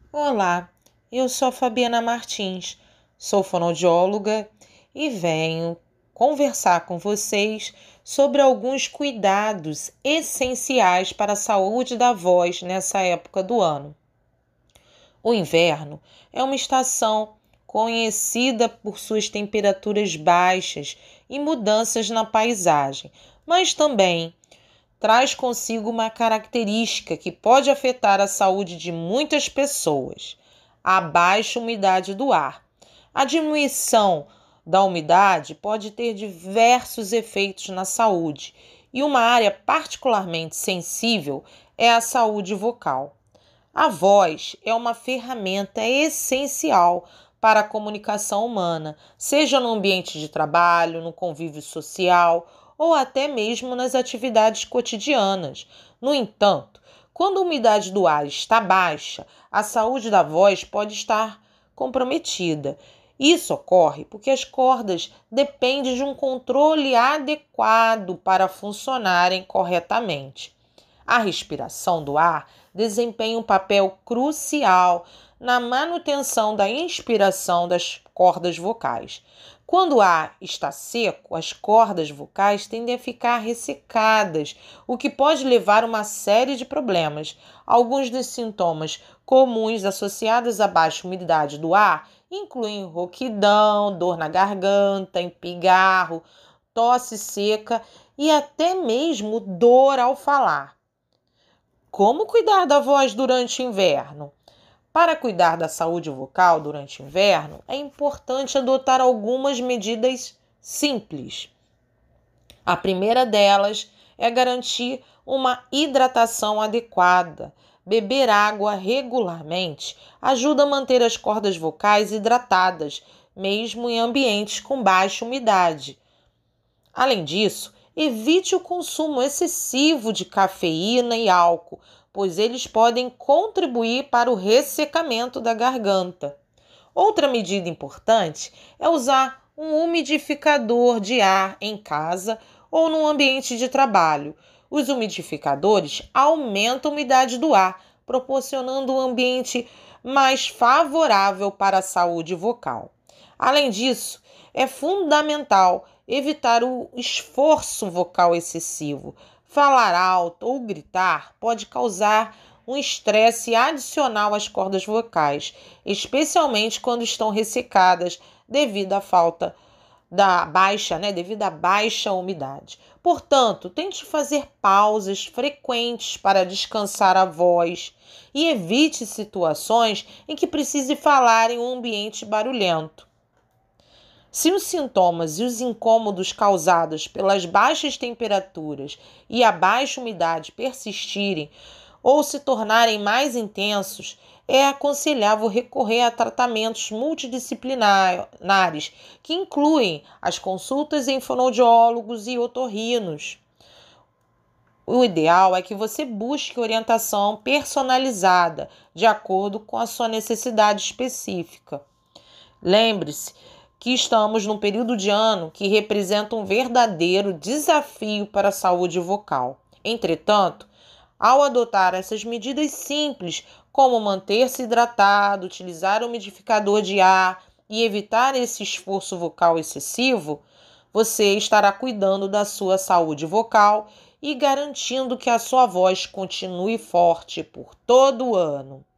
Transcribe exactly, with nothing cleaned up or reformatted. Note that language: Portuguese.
Olá, eu sou a Fabiana Martins, sou fonoaudióloga e venho conversar com vocês sobre alguns cuidados essenciais para a saúde da voz nessa época do ano. O inverno é uma estação conhecida por suas temperaturas baixas e mudanças na paisagem, mas também traz consigo uma característica que pode afetar a saúde de muitas pessoas: a baixa umidade do ar. A diminuição da umidade pode ter diversos efeitos na saúde, e uma área particularmente sensível é a saúde vocal. A voz é uma ferramenta essencial para a comunicação humana, seja no ambiente de trabalho, no convívio social ou até mesmo nas atividades cotidianas. No entanto, quando a umidade do ar está baixa, a saúde da voz pode estar comprometida. Isso ocorre porque as cordas dependem de um controle adequado para funcionarem corretamente. A respiração do ar desempenha um papel crucial na manutenção da inspiração das cordas vocais. Quando o ar está seco, as cordas vocais tendem a ficar ressecadas, o que pode levar a uma série de problemas. Alguns dos sintomas comuns associados à baixa umidade do ar incluem rouquidão, dor na garganta, empigarro, tosse seca e até mesmo dor ao falar. Como cuidar da voz durante o inverno? Para cuidar da saúde vocal durante o inverno, é importante adotar algumas medidas simples. A primeira delas é garantir uma hidratação adequada. Beber água regularmente ajuda a manter as cordas vocais hidratadas, mesmo em ambientes com baixa umidade. Além disso, evite o consumo excessivo de cafeína e álcool, pois eles podem contribuir para o ressecamento da garganta. Outra medida importante é usar um umidificador de ar em casa ou no ambiente de trabalho. Os umidificadores aumentam a umidade do ar, proporcionando um ambiente mais favorável para a saúde vocal. Além disso, é fundamental evitar o esforço vocal excessivo. Falar alto ou gritar pode causar um estresse adicional às cordas vocais, especialmente quando estão ressecadas devido à falta da baixa, né, devido à baixa umidade. Portanto, tente fazer pausas frequentes para descansar a voz e evite situações em que precise falar em um ambiente barulhento. Se os sintomas e os incômodos causados pelas baixas temperaturas e a baixa umidade persistirem ou se tornarem mais intensos, é aconselhável recorrer a tratamentos multidisciplinares, que incluem as consultas em fonoaudiólogos e otorrinos. O ideal é que você busque orientação personalizada, de acordo com a sua necessidade específica. Lembre-se que estamos num período de ano que representa um verdadeiro desafio para a saúde vocal. Entretanto, ao adotar essas medidas simples, como manter-se hidratado, utilizar o umidificador de ar e evitar esse esforço vocal excessivo, você estará cuidando da sua saúde vocal e garantindo que a sua voz continue forte por todo o ano.